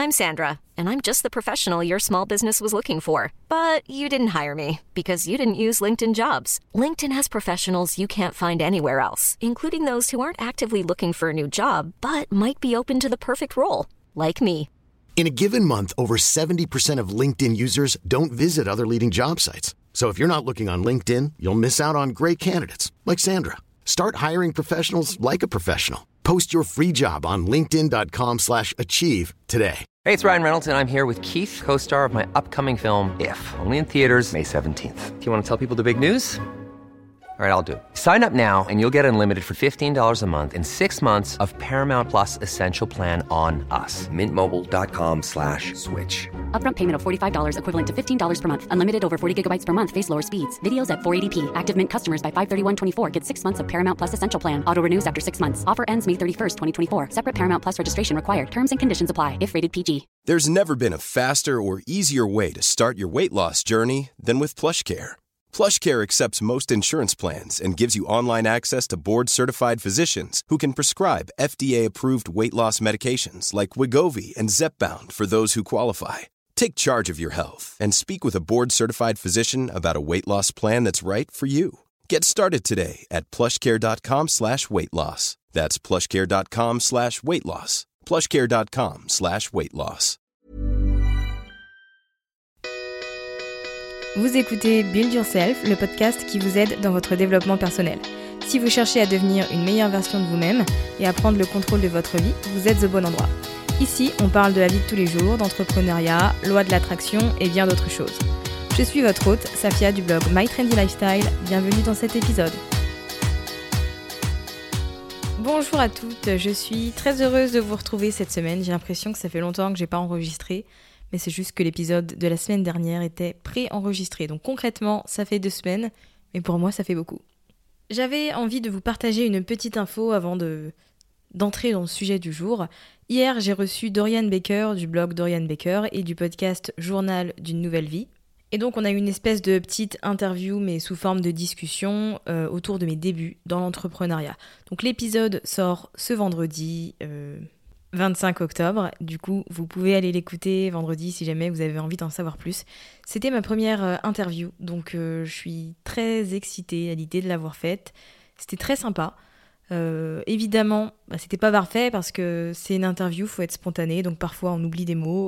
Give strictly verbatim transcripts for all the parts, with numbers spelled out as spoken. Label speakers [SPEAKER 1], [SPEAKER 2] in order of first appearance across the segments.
[SPEAKER 1] I'm Sandra, and I'm just the professional your small business was looking for. But you didn't hire me because you didn't use LinkedIn Jobs. LinkedIn has professionals you can't find anywhere else, including those who aren't actively looking for a new job, but might be open to the perfect role, like me.
[SPEAKER 2] In a given month, over seventy percent of LinkedIn users don't visit other leading job sites. So if you're not looking on LinkedIn, you'll miss out on great candidates like Sandra. Start hiring professionals like a professional. Post your free job on linkedin.com slash achieve today.
[SPEAKER 3] Hey, it's Ryan Reynolds, and I'm here with Keith, co-star of my upcoming film, If, only in theaters May seventeenth. Do you want to tell people the big news? All right, I'll do it. Sign up now and you'll get unlimited for fifteen dollars a month and six months of Paramount Plus Essential Plan on us. Mintmobile.com slash switch.
[SPEAKER 4] Upfront payment of forty-five dollars equivalent to fifteen dollars per month. Unlimited over forty gigabytes per month. Face lower speeds. Videos at four eighty p. Active Mint customers by five thirty-one twenty-four get six months of Paramount Plus Essential Plan. Auto renews after six months. Offer ends May thirty-first, twenty twenty-four. Separate Paramount Plus registration required. Terms and conditions apply if rated P G.
[SPEAKER 5] There's never been a faster or easier way to start your weight loss journey than with PlushCare. PlushCare accepts most insurance plans and gives you online access to board-certified physicians who can prescribe F D A-approved weight loss medications like Wegovy and Zepbound for those who qualify. Take charge of your health and speak with a board-certified physician about a weight loss plan that's right for you. Get started today at plushcare.com slash weight loss. That's plushcare.com slash weight loss. plushcare.com slash weight loss.
[SPEAKER 6] Vous écoutez Build Yourself, le podcast qui vous aide dans votre développement personnel. Si vous cherchez à devenir une meilleure version de vous-même et à prendre le contrôle de votre vie, vous êtes au bon endroit. Ici, on parle de la vie de tous les jours, d'entrepreneuriat, loi de l'attraction et bien d'autres choses. Je suis votre hôte, Safia du blog My Trendy Lifestyle. Bienvenue dans cet épisode. Bonjour à toutes, je suis très heureuse de vous retrouver cette semaine. J'ai l'impression que ça fait longtemps que j'ai pas enregistré. Mais c'est juste que l'épisode de la semaine dernière était pré-enregistré. Donc concrètement, ça fait deux semaines, mais pour moi, ça fait beaucoup. J'avais envie de vous partager une petite info avant de, d'entrer dans le sujet du jour. Hier, j'ai reçu Dorian Baker du blog Dorian Baker et du podcast Journal d'une nouvelle vie. Et donc, on a eu une espèce de petite interview, mais sous forme de discussion, euh, autour de mes débuts dans l'entrepreneuriat. Donc l'épisode sort ce vendredi... Euh vingt-cinq octobre, du coup vous pouvez aller l'écouter vendredi si jamais vous avez envie d'en savoir plus. C'était ma première euh, interview, donc euh, je suis très excitée à l'idée de l'avoir faite. C'était très sympa. Euh, évidemment, bah, c'était pas parfait parce que c'est une interview, faut être spontané, donc parfois on oublie des mots.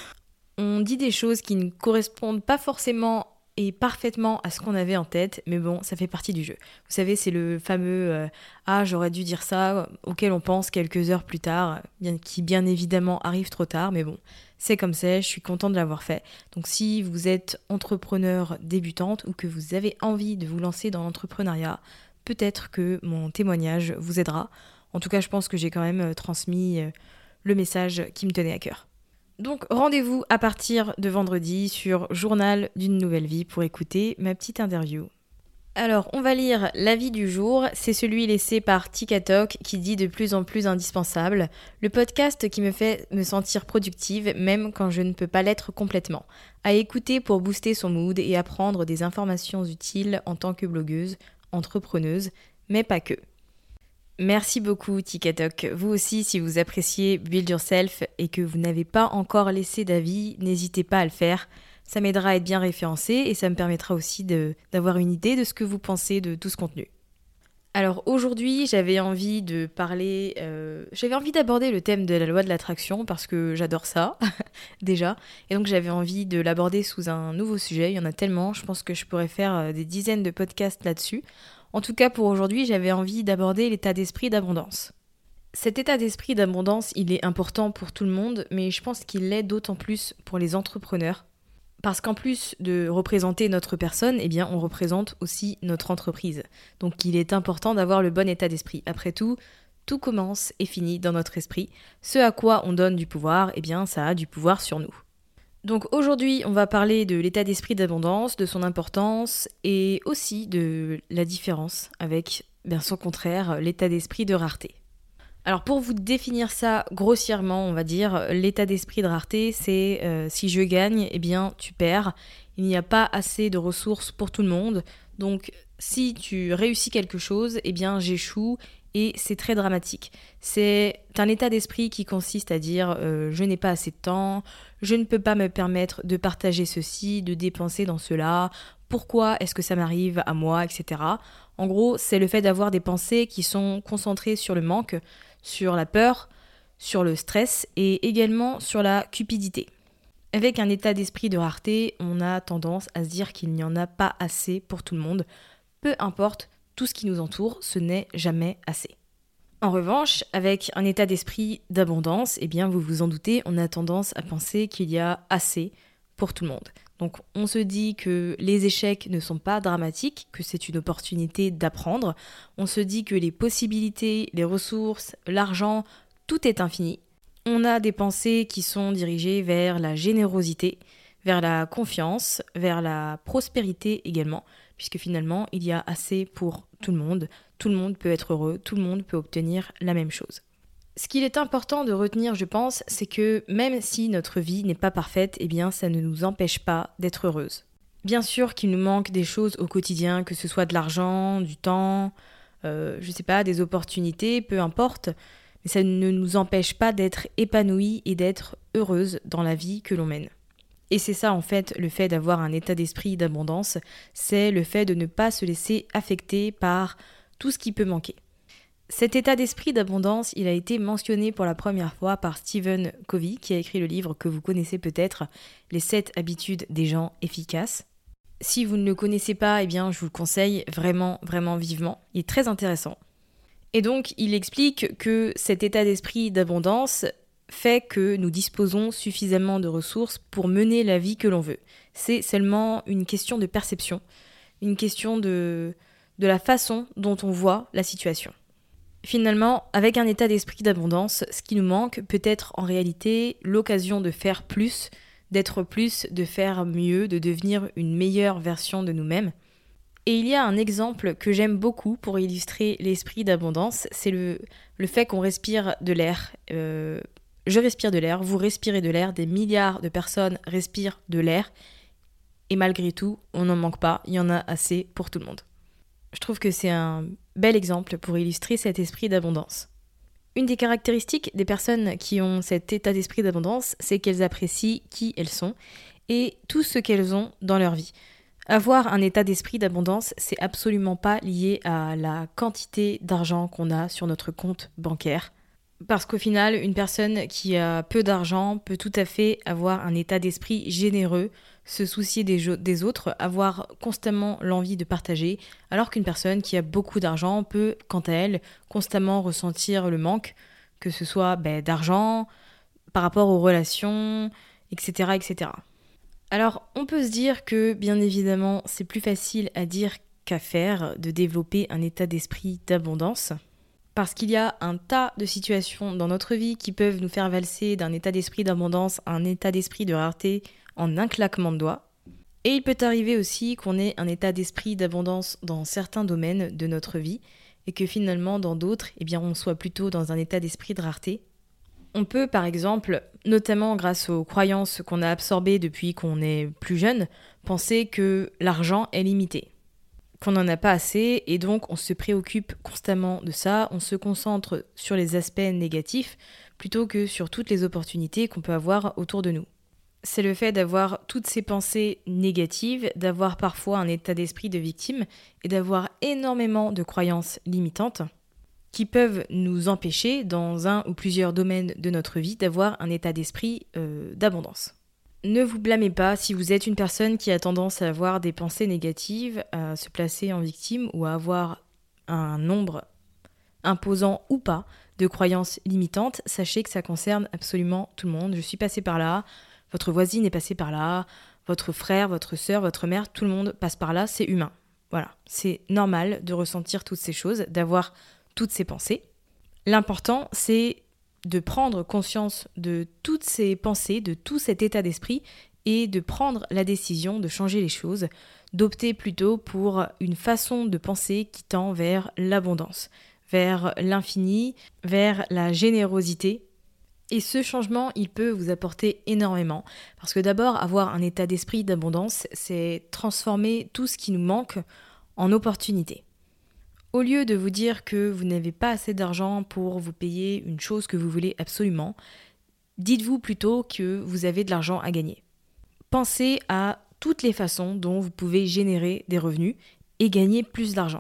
[SPEAKER 6] On dit des choses qui ne correspondent pas forcément et parfaitement à ce qu'on avait en tête, mais bon, ça fait partie du jeu. Vous savez, c'est le fameux euh, « Ah, j'aurais dû dire ça » auquel on pense quelques heures plus tard, bien, qui bien évidemment arrive trop tard, mais bon, c'est comme ça, je suis contente de l'avoir fait. Donc si vous êtes entrepreneur débutante ou que vous avez envie de vous lancer dans l'entrepreneuriat, peut-être que mon témoignage vous aidera. En tout cas, je pense que j'ai quand même transmis euh, le message qui me tenait à cœur. Donc rendez-vous à partir de vendredi sur Journal d'une nouvelle vie pour écouter ma petite interview. Alors on va lire l'avis du jour, c'est celui laissé par Tikatok qui dit de plus en plus indispensable, le podcast qui me fait me sentir productive même quand je ne peux pas l'être complètement, à écouter pour booster son mood et apprendre des informations utiles en tant que blogueuse, entrepreneuse, mais pas que. Merci beaucoup Tikatok. Vous aussi, si vous appréciez Build Yourself et que vous n'avez pas encore laissé d'avis, n'hésitez pas à le faire. Ça m'aidera à être bien référencé et ça me permettra aussi de, d'avoir une idée de ce que vous pensez de tout ce contenu. Alors aujourd'hui, j'avais envie de parler, euh, j'avais envie d'aborder le thème de la loi de l'attraction parce que j'adore ça, déjà. Et donc j'avais envie de l'aborder sous un nouveau sujet. Il y en a tellement, je pense que je pourrais faire des dizaines de podcasts là-dessus. En tout cas, pour aujourd'hui, j'avais envie d'aborder l'état d'esprit d'abondance. Cet état d'esprit d'abondance, il est important pour tout le monde, mais je pense qu'il l'est d'autant plus pour les entrepreneurs. Parce qu'en plus de représenter notre personne, eh bien, on représente aussi notre entreprise. Donc il est important d'avoir le bon état d'esprit. Après tout, tout commence et finit dans notre esprit. Ce à quoi on donne du pouvoir, eh bien, ça a du pouvoir sur nous. Donc aujourd'hui, on va parler de l'état d'esprit d'abondance, de son importance et aussi de la différence avec, bien son contraire, l'état d'esprit de rareté. Alors pour vous définir ça grossièrement, on va dire, l'état d'esprit de rareté, c'est euh, si je gagne, eh bien tu perds. Il n'y a pas assez de ressources pour tout le monde. Donc si tu réussis quelque chose, eh bien j'échoue et c'est très dramatique. C'est un état d'esprit qui consiste à dire euh, « je n'ai pas assez de temps, je ne peux pas me permettre de partager ceci, de dépenser dans cela, pourquoi est-ce que ça m'arrive à moi, et cetera » En gros, c'est le fait d'avoir des pensées qui sont concentrées sur le manque, sur la peur, sur le stress et également sur la cupidité. Avec un état d'esprit de rareté, on a tendance à se dire qu'il n'y en a pas assez pour tout le monde. Peu importe, tout ce qui nous entoure, ce n'est jamais assez. En revanche, avec un état d'esprit d'abondance, eh bien vous vous en doutez, on a tendance à penser qu'il y a assez pour tout le monde. Donc on se dit que les échecs ne sont pas dramatiques, que c'est une opportunité d'apprendre. On se dit que les possibilités, les ressources, l'argent, tout est infini. On a des pensées qui sont dirigées vers la générosité, vers la confiance, vers la prospérité également, puisque finalement, il y a assez pour tout le monde. Tout le monde peut être heureux, tout le monde peut obtenir la même chose. Ce qu'il est important de retenir, je pense, c'est que même si notre vie n'est pas parfaite, eh bien, ça ne nous empêche pas d'être heureuse. Bien sûr qu'il nous manque des choses au quotidien, que ce soit de l'argent, du temps, euh, je sais pas, des opportunités, peu importe, mais ça ne nous empêche pas d'être épanouie et d'être heureuse dans la vie que l'on mène. Et c'est ça en fait le fait d'avoir un état d'esprit d'abondance, c'est le fait de ne pas se laisser affecter par tout ce qui peut manquer. Cet état d'esprit d'abondance, il a été mentionné pour la première fois par Stephen Covey, qui a écrit le livre que vous connaissez peut-être, Les sept habitudes des gens efficaces. Si vous ne le connaissez pas, eh bien je vous le conseille vraiment, vraiment vivement, il est très intéressant. Et donc, il explique que cet état d'esprit d'abondance fait que nous disposons suffisamment de ressources pour mener la vie que l'on veut. C'est seulement une question de perception, une question de, de la façon dont on voit la situation. Finalement, avec un état d'esprit d'abondance, ce qui nous manque peut être en réalité l'occasion de faire plus, d'être plus, de faire mieux, de devenir une meilleure version de nous-mêmes. Et il y a un exemple que j'aime beaucoup pour illustrer l'esprit d'abondance, c'est le, le fait qu'on respire de l'air. Euh, je respire de l'air, vous respirez de l'air, des milliards de personnes respirent de l'air, et malgré tout, on n'en manque pas, il y en a assez pour tout le monde. Je trouve que c'est un bel exemple pour illustrer cet esprit d'abondance. Une des caractéristiques des personnes qui ont cet état d'esprit d'abondance, c'est qu'elles apprécient qui elles sont et tout ce qu'elles ont dans leur vie. Avoir un état d'esprit d'abondance, c'est absolument pas lié à la quantité d'argent qu'on a sur notre compte bancaire. Parce qu'au final, une personne qui a peu d'argent peut tout à fait avoir un état d'esprit généreux, se soucier des, jo- des autres, avoir constamment l'envie de partager, alors qu'une personne qui a beaucoup d'argent peut, quant à elle, constamment ressentir le manque, que ce soit ben, d'argent, par rapport aux relations, et cetera, et cetera. Alors, on peut se dire que, bien évidemment, c'est plus facile à dire qu'à faire de développer un état d'esprit d'abondance, parce qu'il y a un tas de situations dans notre vie qui peuvent nous faire valser d'un état d'esprit d'abondance à un état d'esprit de rareté en un claquement de doigts. Et il peut arriver aussi qu'on ait un état d'esprit d'abondance dans certains domaines de notre vie, et que finalement, dans d'autres, eh bien, on soit plutôt dans un état d'esprit de rareté. On peut, par exemple, notamment grâce aux croyances qu'on a absorbées depuis qu'on est plus jeune, penser que l'argent est limité, qu'on n'en a pas assez, et donc on se préoccupe constamment de ça, on se concentre sur les aspects négatifs plutôt que sur toutes les opportunités qu'on peut avoir autour de nous. C'est le fait d'avoir toutes ces pensées négatives, d'avoir parfois un état d'esprit de victime et d'avoir énormément de croyances limitantes qui peuvent nous empêcher, dans un ou plusieurs domaines de notre vie, d'avoir un état d'esprit euh, d'abondance. Ne vous blâmez pas si vous êtes une personne qui a tendance à avoir des pensées négatives, à se placer en victime ou à avoir un nombre imposant ou pas de croyances limitantes. Sachez que ça concerne absolument tout le monde. Je suis passée par là, votre voisine est passée par là, votre frère, votre sœur, votre mère, tout le monde passe par là, c'est humain. Voilà, c'est normal de ressentir toutes ces choses, d'avoir toutes ces pensées. L'important, c'est de prendre conscience de toutes ces pensées, de tout cet état d'esprit et de prendre la décision de changer les choses, d'opter plutôt pour une façon de penser qui tend vers l'abondance, vers l'infini, vers la générosité. Et ce changement, il peut vous apporter énormément. Parce que d'abord, avoir un état d'esprit d'abondance, c'est transformer tout ce qui nous manque en opportunité. Au lieu de vous dire que vous n'avez pas assez d'argent pour vous payer une chose que vous voulez absolument, dites-vous plutôt que vous avez de l'argent à gagner. Pensez à toutes les façons dont vous pouvez générer des revenus et gagner plus d'argent.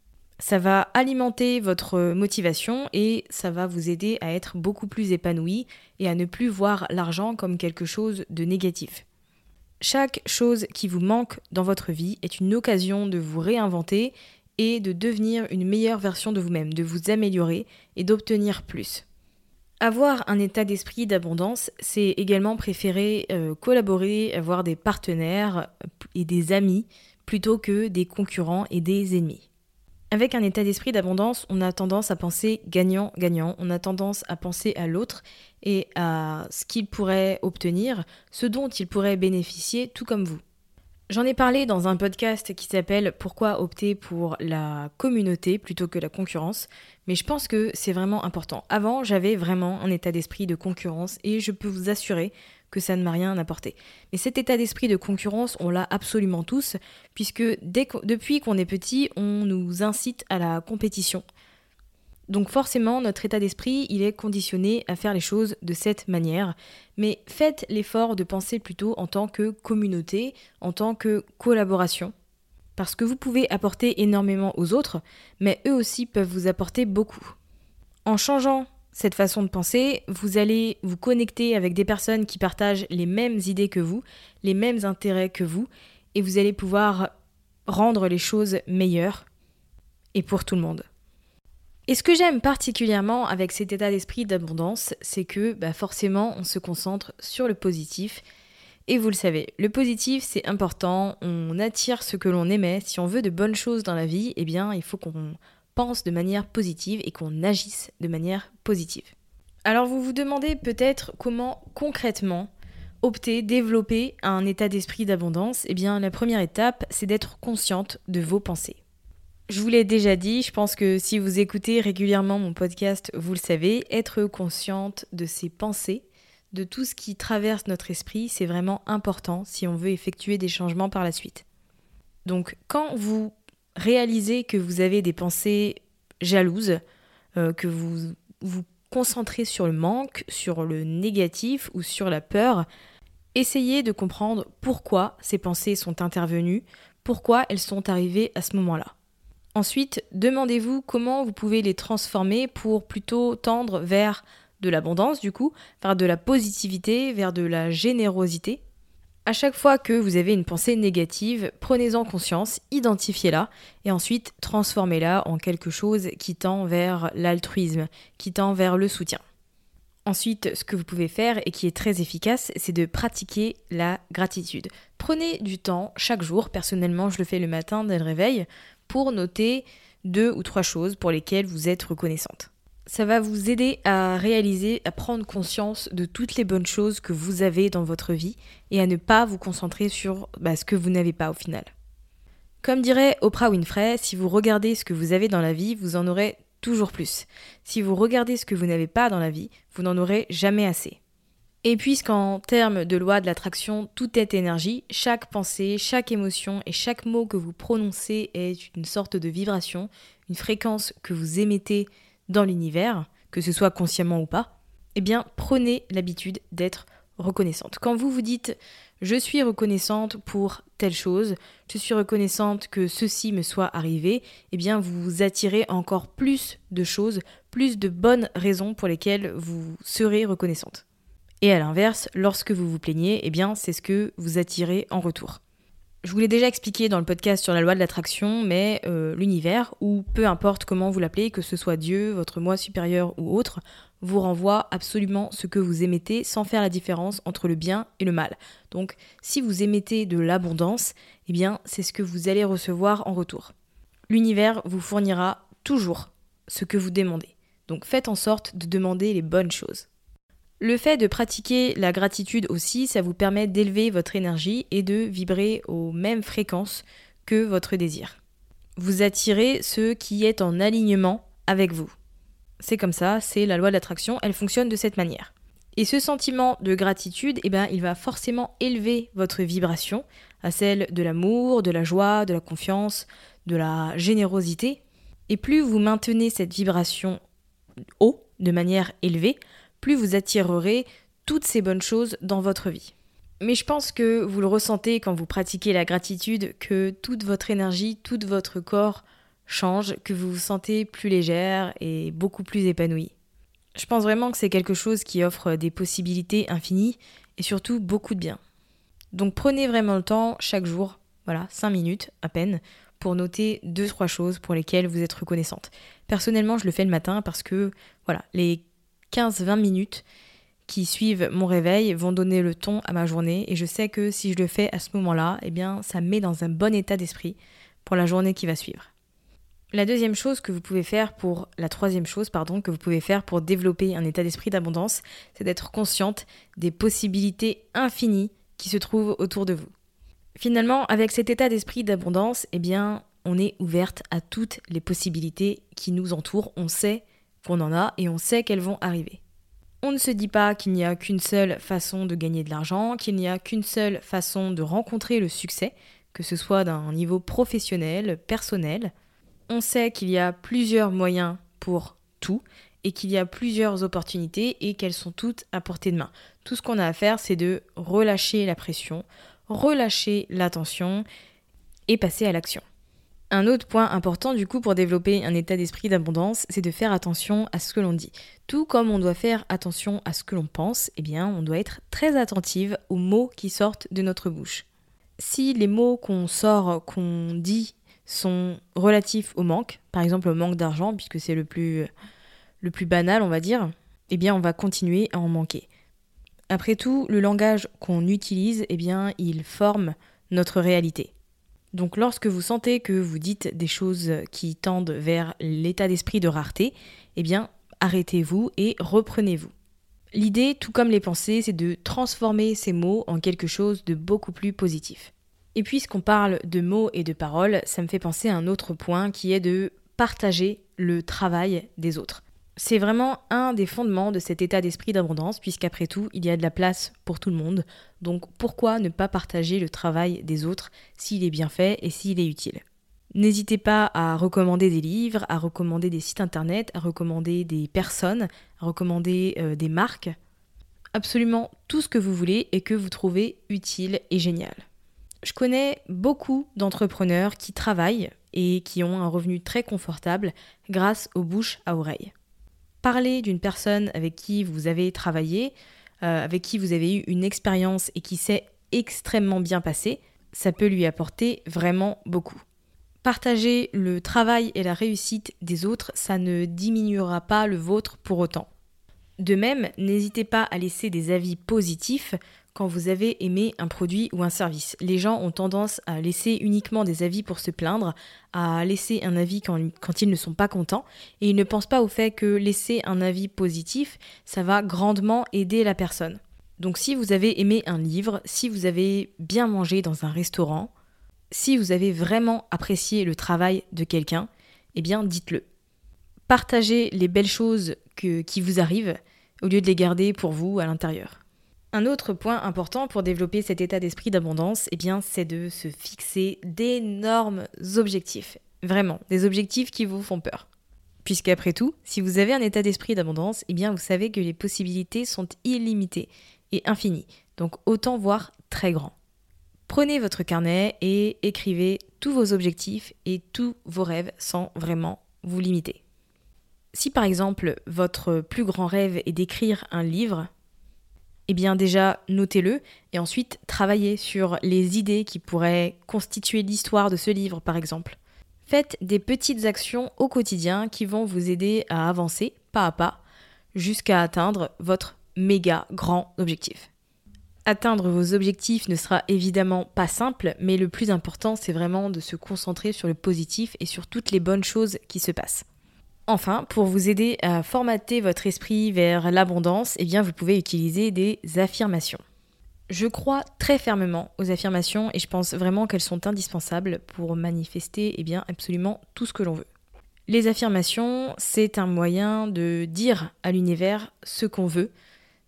[SPEAKER 6] Ça va alimenter votre motivation et ça va vous aider à être beaucoup plus épanoui et à ne plus voir l'argent comme quelque chose de négatif. Chaque chose qui vous manque dans votre vie est une occasion de vous réinventer et de devenir une meilleure version de vous-même, de vous améliorer et d'obtenir plus. Avoir un état d'esprit d'abondance, c'est également préférer euh, collaborer, avoir des partenaires et des amis plutôt que des concurrents et des ennemis. Avec un état d'esprit d'abondance, on a tendance à penser gagnant-gagnant, on a tendance à penser à l'autre et à ce qu'il pourrait obtenir, ce dont il pourrait bénéficier, tout comme vous. J'en ai parlé dans un podcast qui s'appelle « Pourquoi opter pour la communauté plutôt que la concurrence ?», mais je pense que c'est vraiment important. Avant, j'avais vraiment un état d'esprit de concurrence et je peux vous assurer que ça ne m'a rien apporté. Mais cet état d'esprit de concurrence, on l'a absolument tous, puisque dès qu'- depuis qu'on est petit, on nous incite à la compétition. Donc forcément, notre état d'esprit, il est conditionné à faire les choses de cette manière. Mais faites l'effort de penser plutôt en tant que communauté, en tant que collaboration. Parce que vous pouvez apporter énormément aux autres, mais eux aussi peuvent vous apporter beaucoup. En changeant cette façon de penser, vous allez vous connecter avec des personnes qui partagent les mêmes idées que vous, les mêmes intérêts que vous, et vous allez pouvoir rendre les choses meilleures et pour tout le monde. Et ce que j'aime particulièrement avec cet état d'esprit d'abondance, c'est que bah forcément on se concentre sur le positif. Et vous le savez, le positif c'est important, on attire ce que l'on émet. Si on veut de bonnes choses dans la vie, eh bien il faut qu'on pense de manière positive et qu'on agisse de manière positive. Alors vous vous demandez peut-être comment concrètement opter, développer un état d'esprit d'abondance. Eh bien la première étape, c'est d'être consciente de vos pensées. Je vous l'ai déjà dit, je pense que si vous écoutez régulièrement mon podcast, vous le savez, être consciente de ses pensées, de tout ce qui traverse notre esprit, c'est vraiment important si on veut effectuer des changements par la suite. Donc quand vous réalisez que vous avez des pensées jalouses, euh, que vous vous concentrez sur le manque, sur le négatif ou sur la peur, essayez de comprendre pourquoi ces pensées sont intervenues, pourquoi elles sont arrivées à ce moment-là. Ensuite, demandez-vous comment vous pouvez les transformer pour plutôt tendre vers de l'abondance, du coup, vers de la positivité, vers de la générosité. À chaque fois que vous avez une pensée négative, prenez-en conscience, identifiez-la et ensuite transformez-la en quelque chose qui tend vers l'altruisme, qui tend vers le soutien. Ensuite, ce que vous pouvez faire et qui est très efficace, c'est de pratiquer la gratitude. Prenez du temps chaque jour, personnellement je le fais le matin dès le réveil, pour noter deux ou trois choses pour lesquelles vous êtes reconnaissante. Ça va vous aider à réaliser, à prendre conscience de toutes les bonnes choses que vous avez dans votre vie et à ne pas vous concentrer sur bah, ce que vous n'avez pas au final. Comme dirait Oprah Winfrey, si vous regardez ce que vous avez dans la vie, vous en aurez toujours plus. Si vous regardez ce que vous n'avez pas dans la vie, vous n'en aurez jamais assez. Et puisqu'en termes de loi de l'attraction, tout est énergie, chaque pensée, chaque émotion et chaque mot que vous prononcez est une sorte de vibration, une fréquence que vous émettez dans l'univers, que ce soit consciemment ou pas, eh bien prenez l'habitude d'être reconnaissante. Quand vous vous dites « je suis reconnaissante pour telle chose, je suis reconnaissante que ceci me soit arrivé », eh bien vous attirez encore plus de choses, plus de bonnes raisons pour lesquelles vous serez reconnaissante. Et à l'inverse, lorsque vous vous plaignez, eh bien c'est ce que vous attirez en retour. Je vous l'ai déjà expliqué dans le podcast sur la loi de l'attraction, mais euh, l'univers, ou peu importe comment vous l'appelez, que ce soit Dieu, votre moi supérieur ou autre, vous renvoie absolument ce que vous émettez sans faire la différence entre le bien et le mal. Donc si vous émettez de l'abondance, eh bien c'est ce que vous allez recevoir en retour. L'univers vous fournira toujours ce que vous demandez. Donc faites en sorte de demander les bonnes choses. Le fait de pratiquer la gratitude aussi, ça vous permet d'élever votre énergie et de vibrer aux mêmes fréquences que votre désir. Vous attirez ce qui est en alignement avec vous. C'est comme ça, c'est la loi de l'attraction, elle fonctionne de cette manière. Et ce sentiment de gratitude, eh ben, il va forcément élever votre vibration à celle de l'amour, de la joie, de la confiance, de la générosité. Et plus vous maintenez cette vibration haut, de manière élevée, plus vous attirerez toutes ces bonnes choses dans votre vie. Mais je pense que vous le ressentez quand vous pratiquez la gratitude, que toute votre énergie, tout votre corps change, que vous vous sentez plus légère et beaucoup plus épanouie. Je pense vraiment que c'est quelque chose qui offre des possibilités infinies et surtout beaucoup de bien. Donc prenez vraiment le temps chaque jour, voilà, cinq minutes à peine, pour noter deux trois choses pour lesquelles vous êtes reconnaissante. Personnellement, je le fais le matin parce que voilà, les quinze vingt minutes qui suivent mon réveil vont donner le ton à ma journée et je sais que si je le fais à ce moment-là, eh bien ça me met dans un bon état d'esprit pour la journée qui va suivre. La deuxième chose que vous pouvez faire pour la troisième chose pardon que vous pouvez faire pour développer un état d'esprit d'abondance, c'est d'être consciente des possibilités infinies qui se trouvent autour de vous. Finalement, avec cet état d'esprit d'abondance, eh bien, on est ouverte à toutes les possibilités qui nous entourent. On sait qu'on en a et on sait qu'elles vont arriver. On ne se dit pas qu'il n'y a qu'une seule façon de gagner de l'argent, qu'il n'y a qu'une seule façon de rencontrer le succès, que ce soit d'un niveau professionnel, personnel. On sait qu'il y a plusieurs moyens pour tout et qu'il y a plusieurs opportunités et qu'elles sont toutes à portée de main. Tout ce qu'on a à faire, c'est de relâcher la pression, relâcher l'attention et passer à l'action. Un autre point important du coup pour développer un état d'esprit d'abondance, c'est de faire attention à ce que l'on dit. Tout comme on doit faire attention à ce que l'on pense, eh bien on doit être très attentive aux mots qui sortent de notre bouche. Si les mots qu'on sort, qu'on dit, sont relatifs au manque, par exemple au manque d'argent, puisque c'est le plus, le plus banal on va dire, eh bien on va continuer à en manquer. Après tout, le langage qu'on utilise, eh bien, il forme notre réalité. Donc lorsque vous sentez que vous dites des choses qui tendent vers l'état d'esprit de rareté, eh bien, arrêtez-vous et reprenez-vous. L'idée, tout comme les pensées, c'est de transformer ces mots en quelque chose de beaucoup plus positif. Et puisqu'on parle de mots et de paroles, ça me fait penser à un autre point qui est de partager le travail des autres. C'est vraiment un des fondements de cet état d'esprit d'abondance, puisqu'après tout, il y a de la place pour tout le monde. Donc pourquoi ne pas partager le travail des autres s'il est bien fait et s'il est utile ? N'hésitez pas à recommander des livres, à recommander des sites internet, à recommander des personnes, à recommander euh, des marques. Absolument tout ce que vous voulez et que vous trouvez utile et génial. Je connais beaucoup d'entrepreneurs qui travaillent et qui ont un revenu très confortable grâce aux bouches à oreille. Parler d'une personne avec qui vous avez travaillé, euh, avec qui vous avez eu une expérience et qui s'est extrêmement bien passée, ça peut lui apporter vraiment beaucoup. Partager le travail et la réussite des autres, ça ne diminuera pas le vôtre pour autant. De même, n'hésitez pas à laisser des avis positifs quand vous avez aimé un produit ou un service. Les gens ont tendance à laisser uniquement des avis pour se plaindre, à laisser un avis quand, quand ils ne sont pas contents, et ils ne pensent pas au fait que laisser un avis positif, ça va grandement aider la personne. Donc si vous avez aimé un livre, si vous avez bien mangé dans un restaurant, si vous avez vraiment apprécié le travail de quelqu'un, eh bien dites-le. Partagez les belles choses que, qui vous arrivent au lieu de les garder pour vous à l'intérieur. Un autre point important pour développer cet état d'esprit d'abondance, eh bien, c'est de se fixer d'énormes objectifs. Vraiment, des objectifs qui vous font peur. Puisqu'après tout, si vous avez un état d'esprit d'abondance, eh bien, vous savez que les possibilités sont illimitées et infinies. Donc autant voir très grand. Prenez votre carnet et écrivez tous vos objectifs et tous vos rêves sans vraiment vous limiter. Si par exemple, votre plus grand rêve est d'écrire un livre, eh bien déjà, notez-le et ensuite travaillez sur les idées qui pourraient constituer l'histoire de ce livre, par exemple. Faites des petites actions au quotidien qui vont vous aider à avancer, pas à pas, jusqu'à atteindre votre méga grand objectif. Atteindre vos objectifs ne sera évidemment pas simple, mais le plus important, c'est vraiment de se concentrer sur le positif et sur toutes les bonnes choses qui se passent. Enfin, pour vous aider à formater votre esprit vers l'abondance, eh bien, vous pouvez utiliser des affirmations. Je crois très fermement aux affirmations et je pense vraiment qu'elles sont indispensables pour manifester eh bien, absolument tout ce que l'on veut. Les affirmations, c'est un moyen de dire à l'univers ce qu'on veut,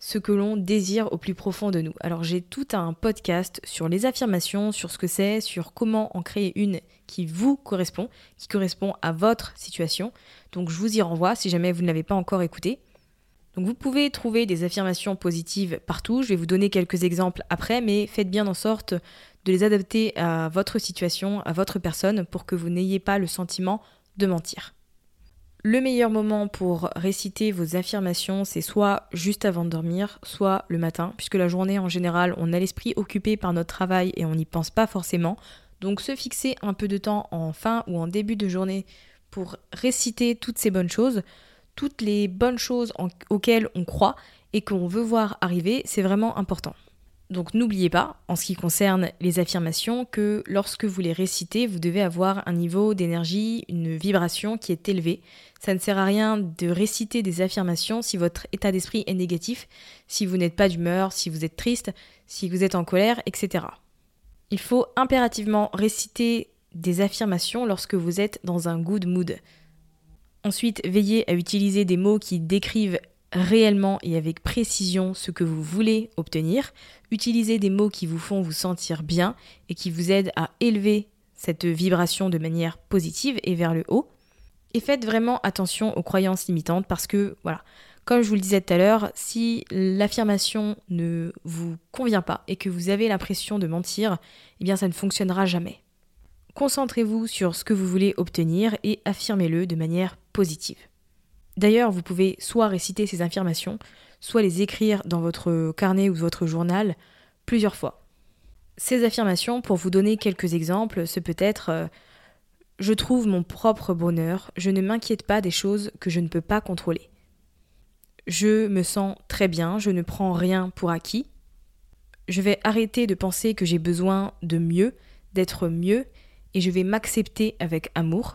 [SPEAKER 6] ce que l'on désire au plus profond de nous. Alors j'ai tout un podcast sur les affirmations, sur ce que c'est, sur comment en créer une qui vous correspond, qui correspond à votre situation. Donc je vous y renvoie si jamais vous ne l'avez pas encore écouté. Donc vous pouvez trouver des affirmations positives partout, je vais vous donner quelques exemples après, mais faites bien en sorte de les adapter à votre situation, à votre personne, pour que vous n'ayez pas le sentiment de mentir. Le meilleur moment pour réciter vos affirmations, c'est soit juste avant de dormir, soit le matin, puisque la journée en général, on a l'esprit occupé par notre travail et on n'y pense pas forcément. Donc se fixer un peu de temps en fin ou en début de journée pour réciter toutes ces bonnes choses, toutes les bonnes choses en, auxquelles on croit et qu'on veut voir arriver, c'est vraiment important. Donc n'oubliez pas, en ce qui concerne les affirmations, que lorsque vous les récitez, vous devez avoir un niveau d'énergie, une vibration qui est élevée. Ça ne sert à rien de réciter des affirmations si votre état d'esprit est négatif, si vous n'êtes pas d'humeur, si vous êtes triste, si vous êtes en colère, et cetera. Il faut impérativement réciter des affirmations lorsque vous êtes dans un good mood. Ensuite, veillez à utiliser des mots qui décrivent réellement et avec précision ce que vous voulez obtenir. Utilisez des mots qui vous font vous sentir bien et qui vous aident à élever cette vibration de manière positive et vers le haut. Et faites vraiment attention aux croyances limitantes parce que, voilà, comme je vous le disais tout à l'heure, si l'affirmation ne vous convient pas et que vous avez l'impression de mentir, eh bien ça ne fonctionnera jamais. Concentrez-vous sur ce que vous voulez obtenir et affirmez-le de manière positive. D'ailleurs, vous pouvez soit réciter ces affirmations, soit les écrire dans votre carnet ou votre journal plusieurs fois. Ces affirmations, pour vous donner quelques exemples, ce peut être euh, « Je trouve mon propre bonheur, je ne m'inquiète pas des choses que je ne peux pas contrôler. Je me sens très bien, je ne prends rien pour acquis. Je vais arrêter de penser que j'ai besoin de mieux, d'être mieux, et je vais m'accepter avec amour.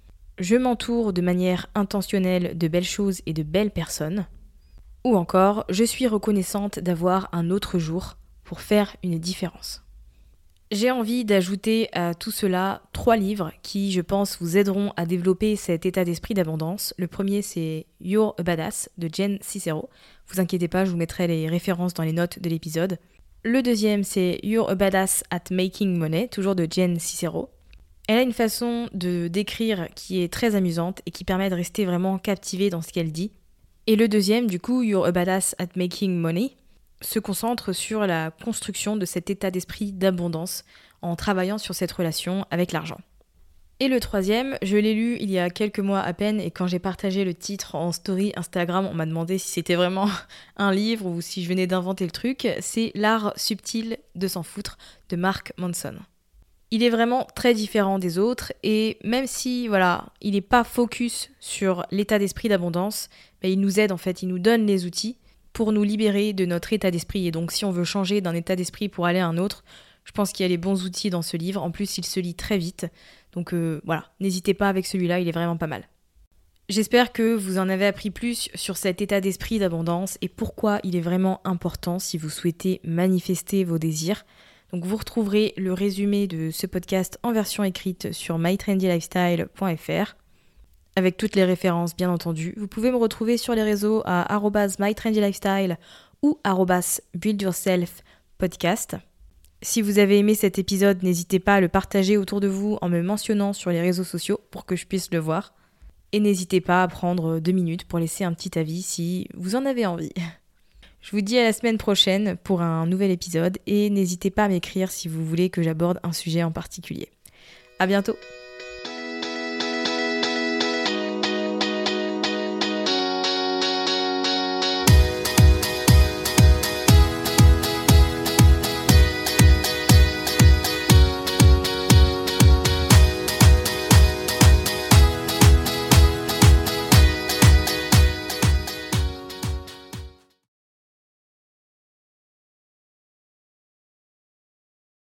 [SPEAKER 6] Je m'entoure de manière intentionnelle de belles choses et de belles personnes. » Ou encore, je suis reconnaissante d'avoir un autre jour pour faire une différence. J'ai envie d'ajouter à tout cela trois livres qui, je pense, vous aideront à développer cet état d'esprit d'abondance. Le premier, c'est You're a Badass de Jen Sincero. Vous inquiétez pas, je vous mettrai les références dans les notes de l'épisode. Le deuxième, c'est You're a Badass at Making Money, toujours de Jen Sincero. Elle a une façon de décrire qui est très amusante et qui permet de rester vraiment captivé dans ce qu'elle dit. Et le deuxième, du coup, You're a Badass at Making Money, se concentre sur la construction de cet état d'esprit d'abondance en travaillant sur cette relation avec l'argent. Et le troisième, je l'ai lu il y a quelques mois à peine et quand j'ai partagé le titre en story Instagram, on m'a demandé si c'était vraiment un livre ou si je venais d'inventer le truc, c'est L'art subtil de s'en foutre de Mark Manson. Il est vraiment très différent des autres et même si voilà, il n'est pas focus sur l'état d'esprit d'abondance, mais il nous aide en fait, il nous donne les outils pour nous libérer de notre état d'esprit. Et donc si on veut changer d'un état d'esprit pour aller à un autre, je pense qu'il y a les bons outils dans ce livre. En plus, il se lit très vite. Donc euh, voilà, n'hésitez pas avec celui-là, il est vraiment pas mal. J'espère que vous en avez appris plus sur cet état d'esprit d'abondance et pourquoi il est vraiment important si vous souhaitez manifester vos désirs. Donc vous retrouverez le résumé de ce podcast en version écrite sur my trendy lifestyle point f r avec toutes les références bien entendu. Vous pouvez me retrouver sur les réseaux à arobase my trendy lifestyle ou arobase build yourself podcast. Si vous avez aimé cet épisode, n'hésitez pas à le partager autour de vous en me mentionnant sur les réseaux sociaux pour que je puisse le voir. Et n'hésitez pas à prendre deux minutes pour laisser un petit avis si vous en avez envie. Je vous dis à la semaine prochaine pour un nouvel épisode et n'hésitez pas à m'écrire si vous voulez que j'aborde un sujet en particulier. À bientôt!